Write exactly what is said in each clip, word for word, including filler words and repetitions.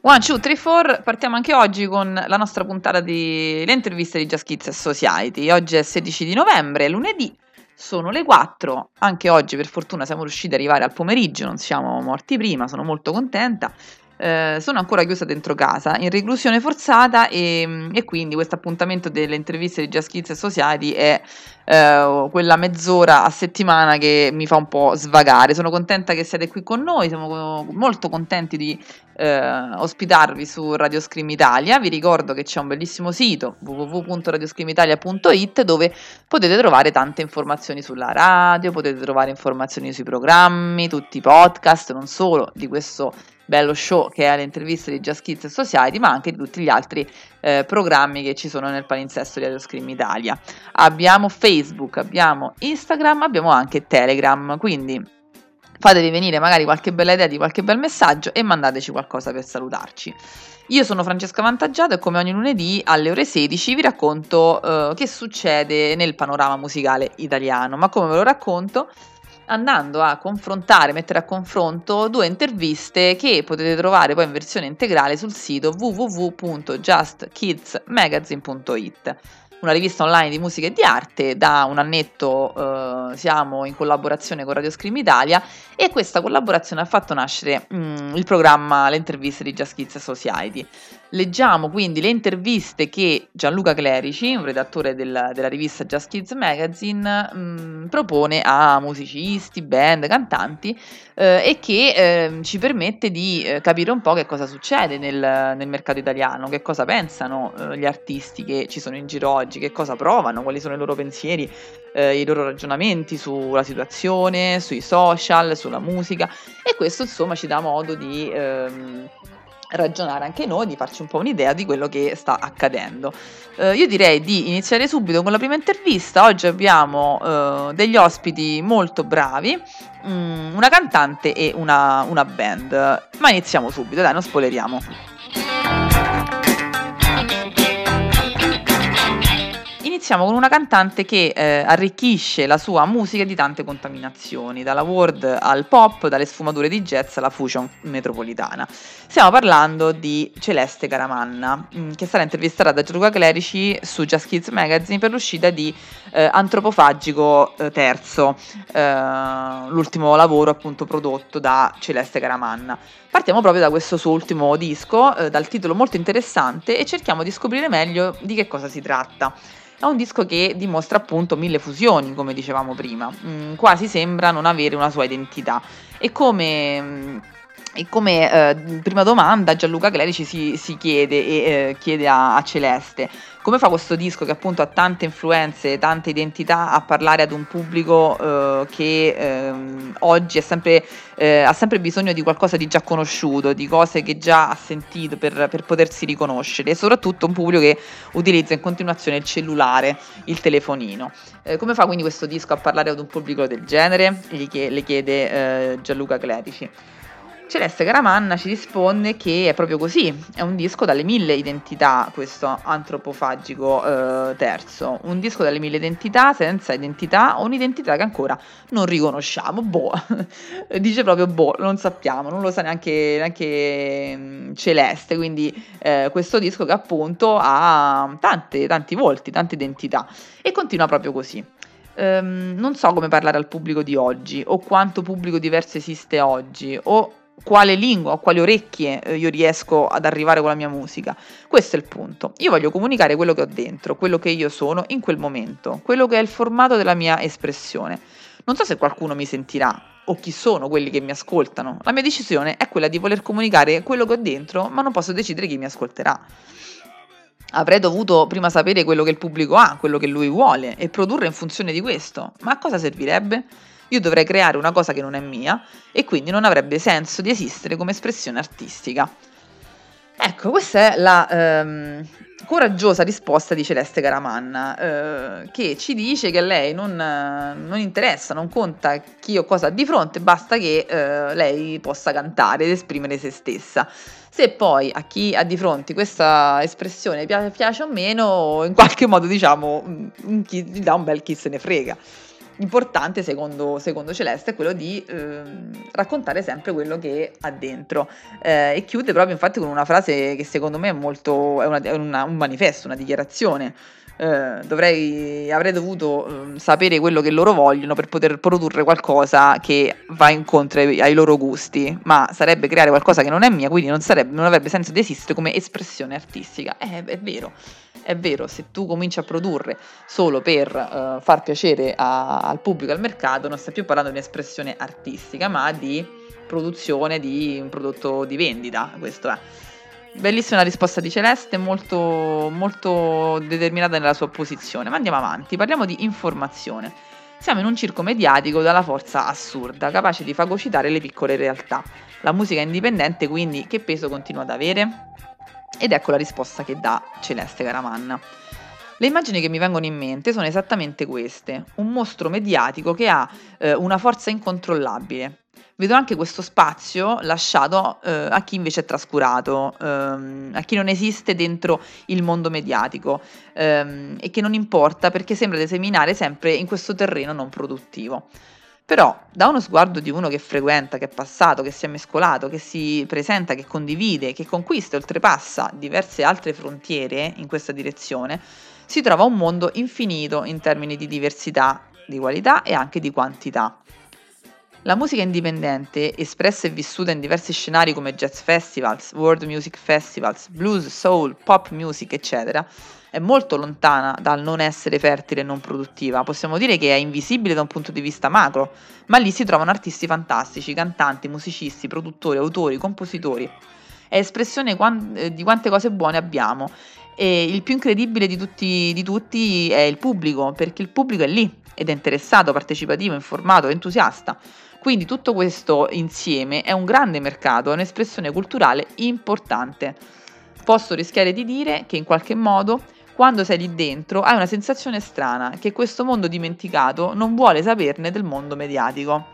One, two, three, four, partiamo anche oggi con la nostra puntata di le interviste di Jazz Kids Society. Oggi è sedici di novembre, è lunedì, sono le quattro, anche oggi per fortuna siamo riusciti ad arrivare al pomeriggio, non siamo morti prima, sono molto contenta. Eh, sono ancora chiusa dentro casa, in reclusione forzata e, e quindi questo appuntamento delle interviste di Jazz Kids Society è eh, quella mezz'ora a settimana che mi fa un po' svagare. Sono contenta che siete qui con noi, siamo molto contenti di eh, ospitarvi su Radio Scream Italia. Vi ricordo che c'è un bellissimo sito w w w punto radio scream italia punto i t dove potete trovare tante informazioni sulla radio, potete trovare informazioni sui programmi, tutti i podcast, non solo di questo bello show che è le interviste di Jazz Kids Society, ma anche di tutti gli altri eh, programmi che ci sono nel palinsesto di Radio Scream Italia. Abbiamo Facebook, abbiamo Instagram, abbiamo anche Telegram, quindi fatevi venire magari qualche bella idea di qualche bel messaggio e mandateci qualcosa per salutarci. Io sono Francesca Vantaggiato e come ogni lunedì alle ore sedici vi racconto eh, che succede nel panorama musicale italiano, ma come ve lo racconto? Andando a confrontare, mettere a confronto due interviste che potete trovare poi in versione integrale sul sito w w w punto just kids magazine punto i t, una rivista online di musica e di arte. Da un annetto eh, siamo in collaborazione con Radio Scream Italia e questa collaborazione ha fatto nascere mm, il programma Le interviste di Jazz Kids Society. Leggiamo quindi le interviste che Gianluca Clerici, un redattore del, della rivista Jazz Kids Magazine, mh, propone a musicisti, band, cantanti eh, e che eh, ci permette di eh, capire un po' che cosa succede nel, nel mercato italiano, che cosa pensano eh, gli artisti che ci sono in giro oggi, che cosa provano, quali sono i loro pensieri, eh, i loro ragionamenti sulla situazione, sui social, sulla musica, e questo insomma ci dà modo di ehm, ragionare anche noi, di farci un po' un'idea di quello che sta accadendo. Eh, io direi di iniziare subito con la prima intervista. Oggi abbiamo eh, degli ospiti molto bravi, mh, una cantante e una, una band, ma iniziamo subito, dai, non spoileriamo. Iniziamo con una cantante che eh, arricchisce la sua musica di tante contaminazioni, dalla world al pop, dalle sfumature di jazz alla fusion metropolitana. Stiamo parlando di Celeste Caramanna, mh, che sarà intervistata da Gianluca Clerici su Jazz Kids Magazine per l'uscita di eh, Antropofagico eh, terzo, eh, l'ultimo lavoro appunto prodotto da Celeste Caramanna. Partiamo proprio da questo suo ultimo disco, eh, dal titolo molto interessante, e cerchiamo di scoprire meglio di che cosa si tratta. È un disco che dimostra appunto mille fusioni, come dicevamo prima, mm, quasi sembra non avere una sua identità. E come, mm, e come eh, prima domanda Gianluca Clerici si, si chiede e eh, chiede a, a Celeste come fa questo disco che appunto ha tante influenze, tante identità, a parlare ad un pubblico eh, che eh, oggi è sempre, eh, ha sempre bisogno di qualcosa di già conosciuto, di cose che già ha sentito per, per potersi riconoscere, e soprattutto un pubblico che utilizza in continuazione il cellulare, il telefonino. Eh, come fa quindi questo disco a parlare ad un pubblico del genere? Gli chiede, le chiede eh, Gianluca Clerici. Celeste Caramanna ci risponde che è proprio così, è un disco dalle mille identità, questo Antropofagico eh, terzo, un disco dalle mille identità, senza identità, o un'identità che ancora non riconosciamo. Boh, dice proprio boh, non sappiamo, non lo sa neanche, neanche mh, Celeste, quindi eh, questo disco che appunto ha tante, tanti volti, tante identità, e continua proprio così. Um, non so come parlare al pubblico di oggi, o quanto pubblico diverso esiste oggi, o quale lingua o quali orecchie eh, io riesco ad arrivare con la mia musica. Questo è il punto. Io voglio comunicare quello che ho dentro, quello che io sono in quel momento, quello che è il formato della mia espressione. Non so se qualcuno mi sentirà o chi sono quelli che mi ascoltano. La mia decisione è quella di voler comunicare quello che ho dentro, ma non posso decidere chi mi ascolterà. Avrei dovuto prima sapere quello che il pubblico ha, quello che lui vuole, e produrre in funzione di questo. Ma a cosa servirebbe? Io dovrei creare una cosa che non è mia e quindi non avrebbe senso di esistere come espressione artistica. Ecco, questa è la ehm, coraggiosa risposta di Celeste Caramanna, eh, che ci dice che a lei non, non interessa, non conta chi o cosa ha di fronte, basta che eh, lei possa cantare ed esprimere se stessa. Se poi a chi ha di fronte questa espressione piace, piace o meno, in qualche modo diciamo chi gli dà un bel chi se ne frega. importante secondo, secondo Celeste è quello di eh, raccontare sempre quello che ha dentro, eh, e chiude proprio infatti con una frase che secondo me è molto è, una, è una, un manifesto, una dichiarazione. Eh, dovrei avrei dovuto eh, sapere quello che loro vogliono per poter produrre qualcosa che va incontro ai, ai loro gusti, ma sarebbe creare qualcosa che non è mia, quindi non, sarebbe, non avrebbe senso di esistere come espressione artistica. Eh, è vero. È vero, se tu cominci a produrre solo per uh, far piacere a, al pubblico, al mercato, non stai più parlando di un'espressione artistica, ma di produzione di un prodotto di vendita. Questo è. Bellissima la risposta di Celeste, molto, molto determinata nella sua posizione. Ma andiamo avanti, parliamo di informazione. Siamo in un circo mediatico dalla forza assurda, capace di fagocitare le piccole realtà. La musica indipendente, quindi, che peso continua ad avere? Ed ecco la risposta che dà Celeste Caramanna. Le immagini che mi vengono in mente sono esattamente queste: un mostro mediatico che ha eh, una forza incontrollabile. Vedo anche questo spazio lasciato eh, a chi invece è trascurato, ehm, a chi non esiste dentro il mondo mediatico, ehm, e che non importa perché sembra di seminare sempre in questo terreno non produttivo. Però da uno sguardo di uno che frequenta, che è passato, che si è mescolato, che si presenta, che condivide, che conquista e oltrepassa diverse altre frontiere in questa direzione, si trova un mondo infinito in termini di diversità, di qualità e anche di quantità. La musica indipendente, espressa e vissuta in diversi scenari come jazz festivals, world music festivals, blues, soul, pop music, eccetera, è molto lontana dal non essere fertile e non produttiva. Possiamo dire che è invisibile da un punto di vista macro, ma lì si trovano artisti fantastici, cantanti, musicisti, produttori, autori, compositori. È espressione di quante cose buone abbiamo, e il più incredibile di tutti, di tutti è il pubblico, perché il pubblico è lì ed è interessato, partecipativo, informato, entusiasta. Quindi tutto questo insieme è un grande mercato, è un'espressione culturale importante. Posso rischiare di dire che in qualche modo, quando sei lì dentro, hai una sensazione strana, che questo mondo dimenticato non vuole saperne del mondo mediatico.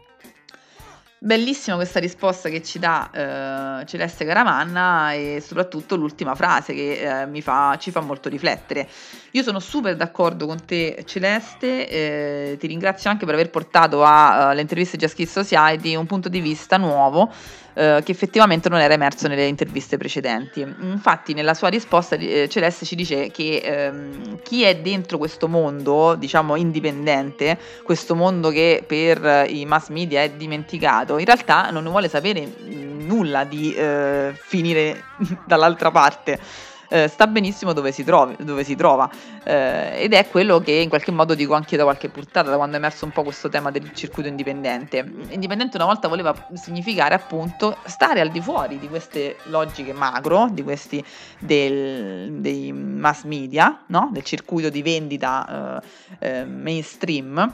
Bellissima questa risposta che ci dà eh, Celeste Caramanna, e soprattutto l'ultima frase che eh, mi fa, ci fa molto riflettere. Io sono super d'accordo con te, Celeste, eh, ti ringrazio anche per aver portato alle interviste Jazz Kids Society un punto di vista nuovo, eh, che effettivamente non era emerso nelle interviste precedenti. Infatti nella sua risposta eh, Celeste ci dice che ehm, chi è dentro questo mondo, diciamo indipendente, questo mondo che per i mass media è dimenticato, in realtà non ne vuole sapere nulla di eh, finire dall'altra parte. Eh, sta benissimo dove si, trovi, dove si trova, eh, ed è quello che in qualche modo dico anche da qualche puntata, da quando è emerso un po' questo tema del circuito indipendente. Indipendente una volta voleva significare appunto stare al di fuori di queste logiche macro, di questi del, dei mass media, no? Del circuito di vendita eh, eh, mainstream.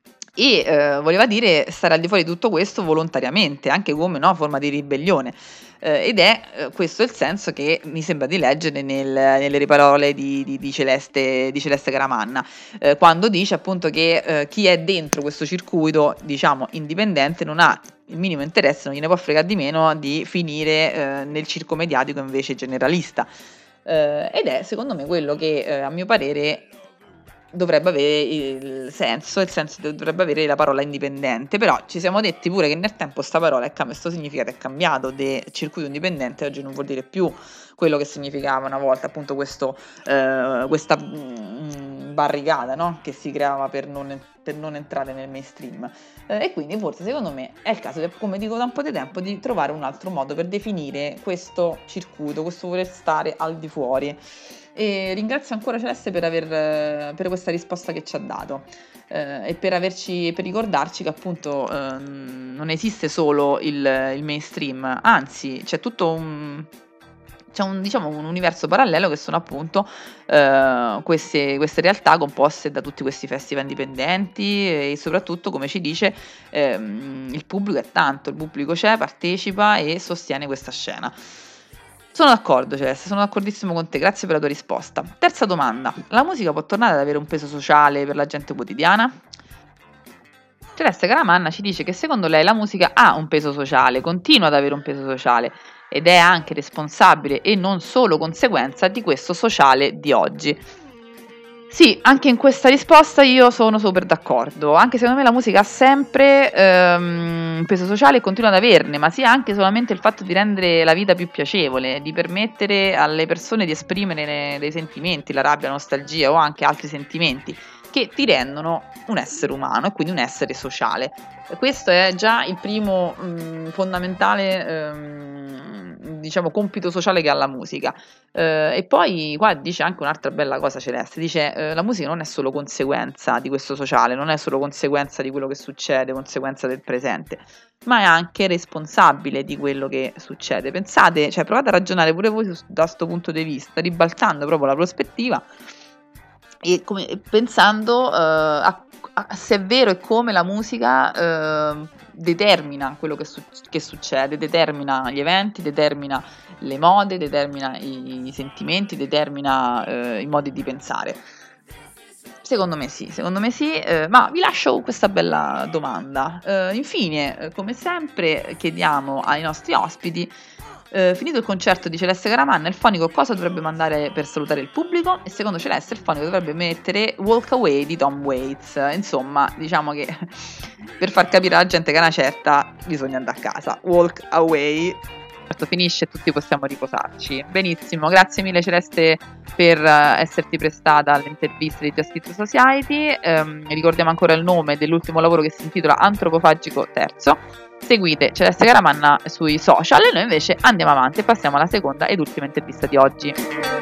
E eh, voleva dire stare al di fuori di tutto questo volontariamente, anche come no, forma di ribellione. Eh, ed è eh, questo il senso che mi sembra di leggere nel, nelle parole di, di, di, Celeste, di Celeste Caramanna, eh, quando dice appunto che eh, chi è dentro questo circuito, diciamo, indipendente non ha il minimo interesse, non gliene può fregare di meno di finire eh, nel circo mediatico invece generalista. Eh, ed è secondo me quello che eh, a mio parere dovrebbe avere il senso, il senso dovrebbe avere la parola indipendente. Però ci siamo detti pure che nel tempo sta parola è cambiata, questo significato è cambiato, de circuito indipendente oggi non vuol dire più quello che significava una volta, appunto questo eh, questa mh, barricata, no? Che si creava per non, per non entrare nel mainstream, eh, e quindi forse secondo me è il caso, come dico da un po' di tempo, di trovare un altro modo per definire questo circuito, questo voler stare al di fuori. E ringrazio ancora Celeste per, aver, per questa risposta che ci ha dato, eh, e per, averci, per ricordarci che appunto eh, non esiste solo il, il mainstream, anzi c'è tutto un, c'è un, diciamo, un universo parallelo che sono appunto eh, queste, queste realtà composte da tutti questi festival indipendenti, e soprattutto, come ci dice, ehm, il pubblico è tanto, il pubblico c'è, partecipa e sostiene questa scena. Sono d'accordo, Celeste, sono d'accordissimo con te, grazie per la tua risposta. Terza domanda: la musica può tornare ad avere un peso sociale per la gente quotidiana? Celeste Caramanna ci dice che secondo lei la musica ha un peso sociale, continua ad avere un peso sociale, ed è anche responsabile e non solo conseguenza di questo sociale di oggi. Sì, anche in questa risposta io sono super d'accordo. Anche secondo me la musica ha sempre ehm, un peso sociale e continua ad averne, ma sia anche solamente il fatto di rendere la vita più piacevole, di permettere alle persone di esprimere ne- dei sentimenti, la rabbia, la nostalgia o anche altri sentimenti che ti rendono un essere umano e quindi un essere sociale. Questo è già il primo mh, fondamentale ehm, diciamo compito sociale che ha la musica. Eh, e poi qua dice anche un'altra bella cosa Celeste, dice eh, la musica non è solo conseguenza di questo sociale, non è solo conseguenza di quello che succede, conseguenza del presente, ma è anche responsabile di quello che succede. Pensate, cioè provate a ragionare pure voi su- da questo punto di vista, ribaltando proprio la prospettiva e come, e pensando eh, a, a se è vero e come la musica eh, determina quello che, su- che succede, determina gli eventi, determina le mode, determina i, i sentimenti, determina eh, i modi di pensare. Secondo me sì, secondo me sì, eh, ma vi lascio con questa bella domanda. Eh, infine, eh, come sempre, chiediamo ai nostri ospiti, eh, finito il concerto di Celeste Caramanna, il fonico cosa dovrebbe mandare per salutare il pubblico? E secondo Celeste il fonico dovrebbe mettere Walk Away di Tom Waits. Insomma, diciamo che per far capire alla gente che è una certa bisogna andare a casa. Walk Away. Finisce e tutti possiamo riposarci. Benissimo, grazie mille Celeste per uh, esserti prestata all'intervista di Just Eat Society. Um, ricordiamo ancora il nome dell'ultimo lavoro che si intitola Antropofagico Terzo. Seguite Celeste Caramanna sui social e noi invece andiamo avanti e passiamo alla seconda ed ultima intervista di oggi.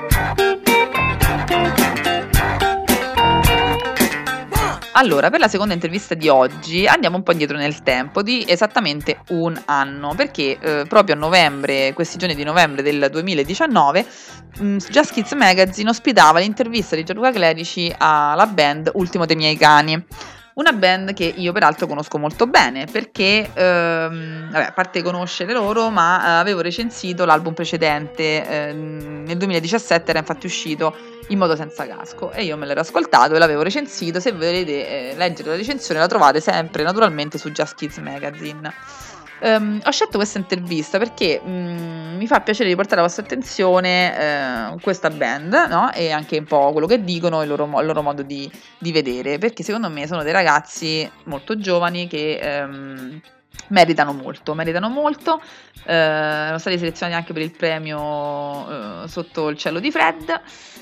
Allora, per la seconda intervista di oggi andiamo un po' indietro nel tempo, di esattamente un anno, perché eh, proprio a novembre, questi giorni di novembre del duemiladiciannove, mh, Just Kids Magazine ospitava l'intervista di Gianluca Clerici alla band Ultimo dei miei cani. Una band che io peraltro conosco molto bene perché, ehm, vabbè, a parte conoscere loro, ma eh, avevo recensito l'album precedente, ehm, nel duemiladiciassette era infatti uscito In modo senza casco e io me l'ero ascoltato e l'avevo recensito. Se volete eh, leggere la recensione la trovate sempre naturalmente su Just Kids Magazine. Um, ho scelto questa intervista perché um, mi fa piacere di portare alla vostra attenzione uh, questa band, no? E anche un po' quello che dicono, il loro, il loro modo di, di vedere, perché secondo me sono dei ragazzi molto giovani che um, meritano molto, meritano molto, uh, erano stati selezionati anche per il premio uh, Sotto il cielo di Fred.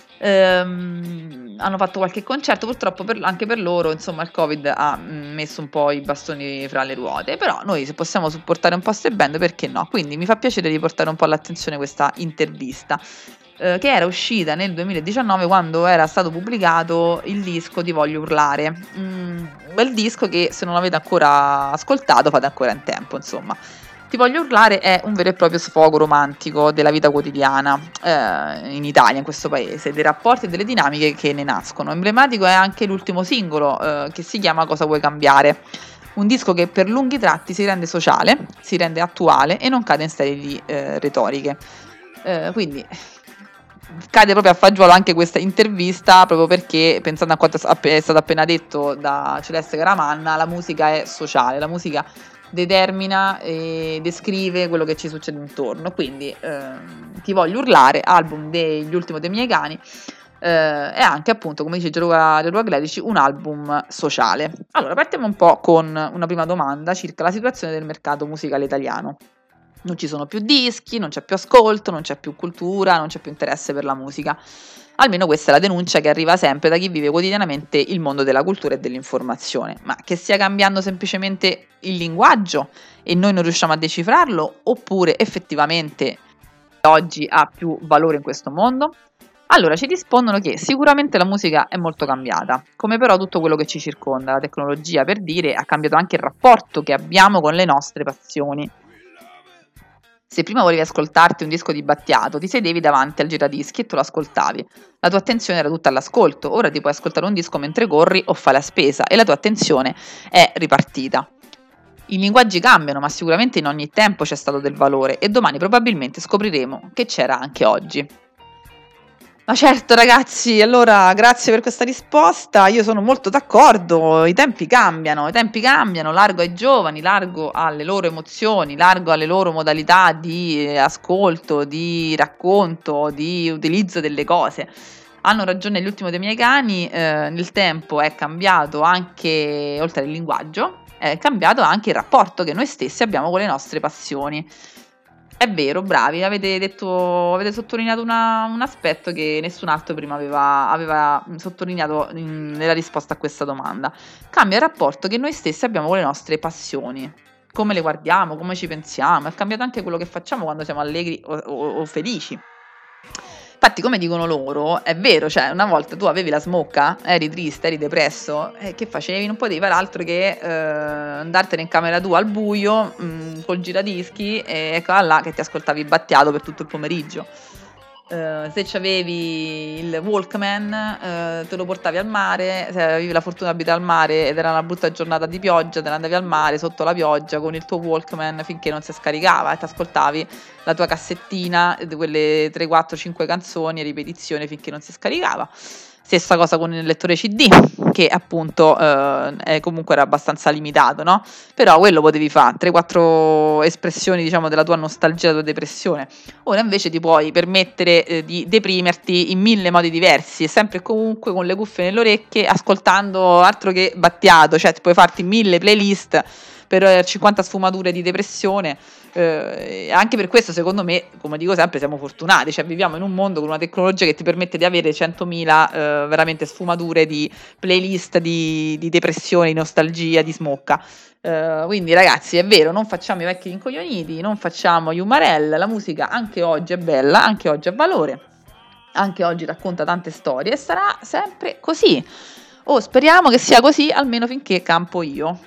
Ehm, hanno fatto qualche concerto, purtroppo per, anche per loro insomma il Covid ha mh, messo un po' i bastoni fra le ruote, però noi se possiamo supportare un po' queste band perché no, quindi mi fa piacere di portare un po' all'attenzione questa intervista eh, che era uscita nel duemiladiciannove quando era stato pubblicato il disco Ti voglio urlare, mm, un bel disco che se non l'avete ancora ascoltato fate ancora in tempo insomma. Ti voglio urlare è un vero e proprio sfogo romantico della vita quotidiana eh, in Italia, in questo paese, dei rapporti e delle dinamiche che ne nascono. Emblematico è anche l'ultimo singolo eh, che si chiama Cosa vuoi cambiare? Un disco che per lunghi tratti si rende sociale, si rende attuale e non cade in sterili eh, retoriche. Eh, quindi cade proprio a fagiolo anche questa intervista proprio perché, pensando a quanto è stato appena detto da Celeste Caramanna, la musica è sociale, la musica determina e descrive quello che ci succede intorno. Quindi ehm, Ti voglio urlare, album degli Ultimo dei miei cani, eh, è anche appunto, come dice Gianluca Clerici, un album sociale. Allora partiamo un po' con una prima domanda circa la situazione del mercato musicale italiano. Non ci sono più dischi, non c'è più ascolto, non c'è più cultura, non c'è più interesse per la musica. Almeno questa è la denuncia che arriva sempre da chi vive quotidianamente il mondo della cultura e dell'informazione. Ma che stia cambiando semplicemente il linguaggio e noi non riusciamo a decifrarlo, oppure effettivamente oggi ha più valore in questo mondo? Allora ci rispondono che sicuramente la musica è molto cambiata, come però tutto quello che ci circonda. La tecnologia, per dire, ha cambiato anche il rapporto che abbiamo con le nostre passioni. Se prima volevi ascoltarti un disco di Battiato, ti sedevi davanti al giradischi e te lo ascoltavi. La tua attenzione era tutta all'ascolto, ora ti puoi ascoltare un disco mentre corri o fai la spesa e la tua attenzione è ripartita. I linguaggi cambiano, ma sicuramente in ogni tempo c'è stato del valore e domani probabilmente scopriremo che c'era anche oggi. Ma certo ragazzi, allora grazie per questa risposta, io sono molto d'accordo, i tempi cambiano, i tempi cambiano, largo ai giovani, largo alle loro emozioni, largo alle loro modalità di ascolto, di racconto, di utilizzo delle cose. Hanno ragione gli ultimi dei miei cani, eh, nel tempo è cambiato anche, oltre al linguaggio, è cambiato anche il rapporto che noi stessi abbiamo con le nostre passioni. È vero, bravi, avete detto, avete sottolineato una, un aspetto che nessun altro prima aveva, aveva sottolineato in, nella risposta a questa domanda. Cambia il rapporto che noi stessi abbiamo con le nostre passioni. Come le guardiamo, come ci pensiamo, è cambiato anche quello che facciamo quando siamo allegri o, o, o felici. Infatti, come dicono loro, è vero, cioè una volta tu avevi la smocca, eri triste, eri depresso, e che facevi? Non potevi fare altro che eh, andartene in camera tua al buio, mh, col giradischi, e ecco là che ti ascoltavi Battiato per tutto il pomeriggio. Uh, se c'avevi il Walkman, uh, te lo portavi al mare, se avevi la fortuna di abitare al mare ed era una brutta giornata di pioggia, te ne andavi al mare sotto la pioggia con il tuo Walkman finché non si scaricava e ti ascoltavi la tua cassettina di quelle tre, quattro, cinque canzoni a ripetizione finché non si scaricava. Stessa cosa con il lettore C D, che appunto eh, è comunque era abbastanza limitato, no? Però quello potevi fare, tre quattro espressioni, diciamo, della tua nostalgia, della tua depressione. Ora invece ti puoi permettere eh, di deprimerti in mille modi diversi, e sempre e comunque con le cuffie nelle orecchie, ascoltando altro che Battiato, cioè ti puoi farti mille playlist per cinquanta sfumature di depressione. Eh, anche per questo, secondo me, come dico sempre, siamo fortunati, cioè viviamo in un mondo con una tecnologia che ti permette di avere centomila eh, veramente sfumature di playlist di, di depressione, di nostalgia, di smocca. Eh, quindi ragazzi, è vero, non facciamo i vecchi rincoglioniti, non facciamo gli umarell, la musica anche oggi è bella, anche oggi ha valore, anche oggi racconta tante storie e sarà sempre così. Oh, speriamo che sia così almeno finché campo io.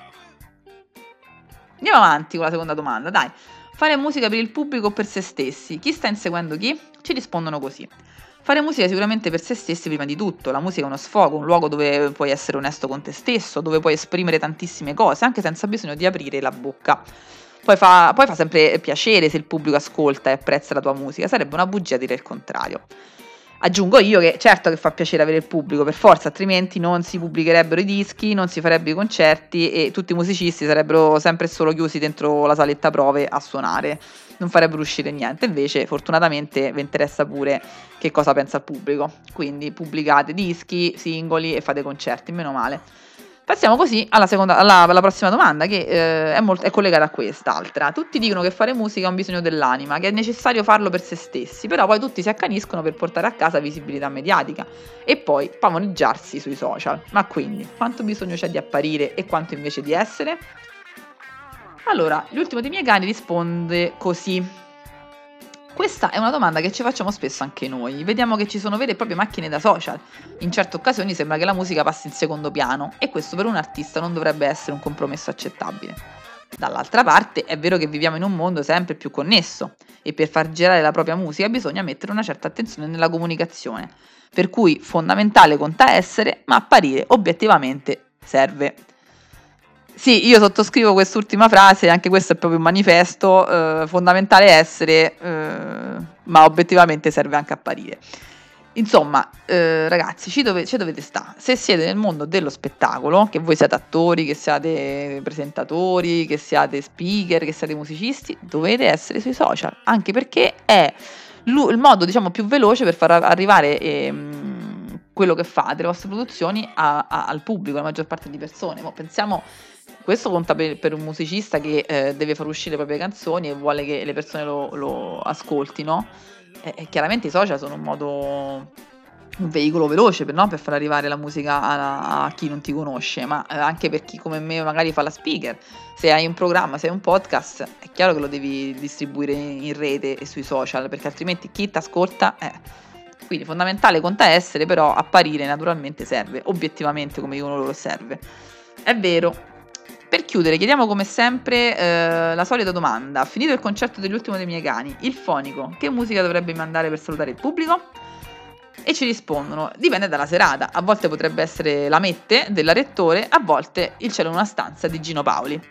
Andiamo avanti con la seconda domanda, dai. Fare musica per il pubblico o per se stessi? Chi sta inseguendo chi? Ci rispondono così. Fare musica sicuramente per se stessi prima di tutto. La musica è uno sfogo, un luogo dove puoi essere onesto con te stesso, dove puoi esprimere tantissime cose, anche senza bisogno di aprire la bocca. Poi fa, poi fa sempre piacere se il pubblico ascolta e apprezza la tua musica, sarebbe una bugia dire il contrario. Aggiungo io che certo che fa piacere avere il pubblico, per forza, altrimenti non si pubblicherebbero i dischi, non si farebbero i concerti e tutti i musicisti sarebbero sempre e solo chiusi dentro la saletta prove a suonare, non farebbero uscire niente. Invece fortunatamente vi interessa pure che cosa pensa il pubblico, quindi pubblicate dischi, singoli e fate concerti, meno male. Passiamo così alla, seconda, alla, alla prossima domanda, che eh, è, molto, è collegata a quest'altra. Tutti dicono che fare musica è un bisogno dell'anima, che è necessario farlo per se stessi, però poi tutti si accaniscono per portare a casa visibilità mediatica e poi pavoneggiarsi sui social. Ma quindi, quanto bisogno c'è di apparire e quanto invece di essere? Allora, l'ultimo dei miei cani risponde così. Questa è una domanda che ci facciamo spesso anche noi. Vediamo che ci sono vere e proprie macchine da social. In certe occasioni sembra che la musica passi in secondo piano e questo per un artista non dovrebbe essere un compromesso accettabile. Dall'altra parte è vero che viviamo in un mondo sempre più connesso e per far girare la propria musica bisogna mettere una certa attenzione nella comunicazione, per cui fondamentale conta essere, ma apparire obiettivamente serve. Sì, io sottoscrivo quest'ultima frase, anche questo è proprio un manifesto, eh, fondamentale essere, eh, ma obiettivamente serve anche apparire. Insomma, eh, ragazzi, ci, dove, ci dovete stare. Se siete nel mondo dello spettacolo, che voi siate attori, che siate presentatori, che siate speaker, che siate musicisti, dovete essere sui social, anche perché è il modo, diciamo, più veloce per far arrivare ehm, quello che fate, le vostre produzioni, a, a, al pubblico, alla maggior parte di persone. Ma pensiamo... Questo conta per, per un musicista che eh, deve far uscire le proprie canzoni e vuole che le persone lo, lo ascoltino. E, e chiaramente i social sono un modo, un veicolo veloce per, no? per far arrivare la musica a, a chi non ti conosce, ma eh, anche per chi come me magari fa la speaker. Se hai un programma, se hai un podcast, è chiaro che lo devi distribuire in rete e sui social, perché altrimenti chi ti ascolta è... Quindi fondamentale conta essere, però apparire naturalmente serve, obiettivamente come dicono loro serve. È vero. Per chiudere, chiediamo come sempre eh, la solita domanda. Finito il concerto dell'ultimo dei miei cani, il fonico, che musica dovrebbe mandare per salutare il pubblico? E ci rispondono, dipende dalla serata. A volte potrebbe essere La Mette della Rettore, a volte Il cielo in una stanza di Gino Paoli.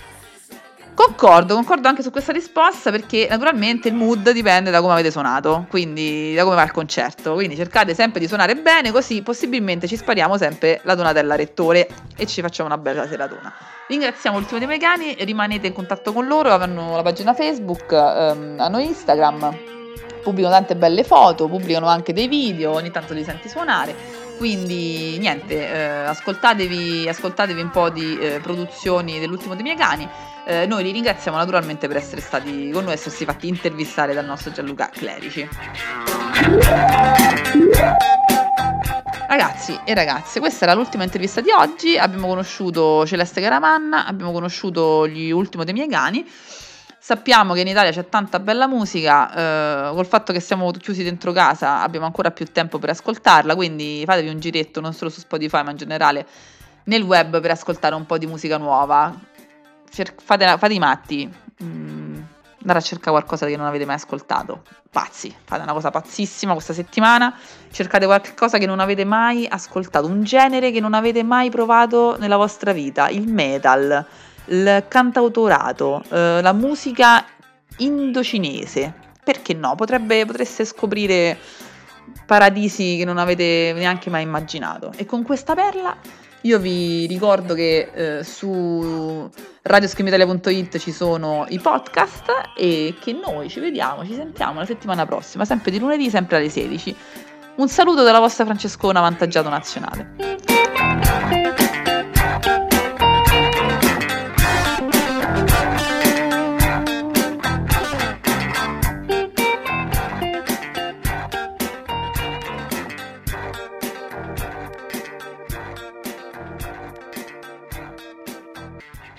Concordo, concordo anche su questa risposta, perché naturalmente il mood dipende da come avete suonato, quindi da come va il concerto, quindi cercate sempre di suonare bene, così possibilmente ci spariamo sempre la Donatella Rettore e ci facciamo una bella seratona. Ringraziamo l'ultimo dei miei cani, rimanete in contatto con loro, avranno la pagina Facebook, ehm, hanno Instagram, pubblicano tante belle foto, pubblicano anche dei video, ogni tanto li senti suonare, quindi niente, eh, ascoltatevi, ascoltatevi un po' di eh, produzioni dell'ultimo dei miei cani. Eh, noi li ringraziamo naturalmente per essere stati con noi, essersi fatti intervistare dal nostro Gianluca Clerici. Ragazzi e ragazze, questa era l'ultima intervista di oggi. Abbiamo conosciuto Celeste Caramanna, abbiamo conosciuto gli ultimi dei miei cani. Sappiamo che in Italia c'è tanta bella musica, eh, col fatto che siamo chiusi dentro casa abbiamo ancora più tempo per ascoltarla, quindi fatevi un giretto non solo su Spotify ma in generale nel web per ascoltare un po' di musica nuova. Cer- fate, fate i matti, mm, andare a cercare qualcosa che non avete mai ascoltato. Pazzi, fate una cosa pazzissima questa settimana, cercate qualcosa che non avete mai ascoltato, un genere che non avete mai provato nella vostra vita, il metal, il cantautorato, eh, la musica indocinese, perché no? Potrebbe, potreste scoprire paradisi che non avete neanche mai immaginato. E con questa perla io vi ricordo che eh, su radio scream italia punto it ci sono i podcast e che noi ci vediamo, ci sentiamo la settimana prossima, sempre di lunedì, sempre alle sedici. Un saluto dalla vostra Francescona Avvantaggiato Nazionale.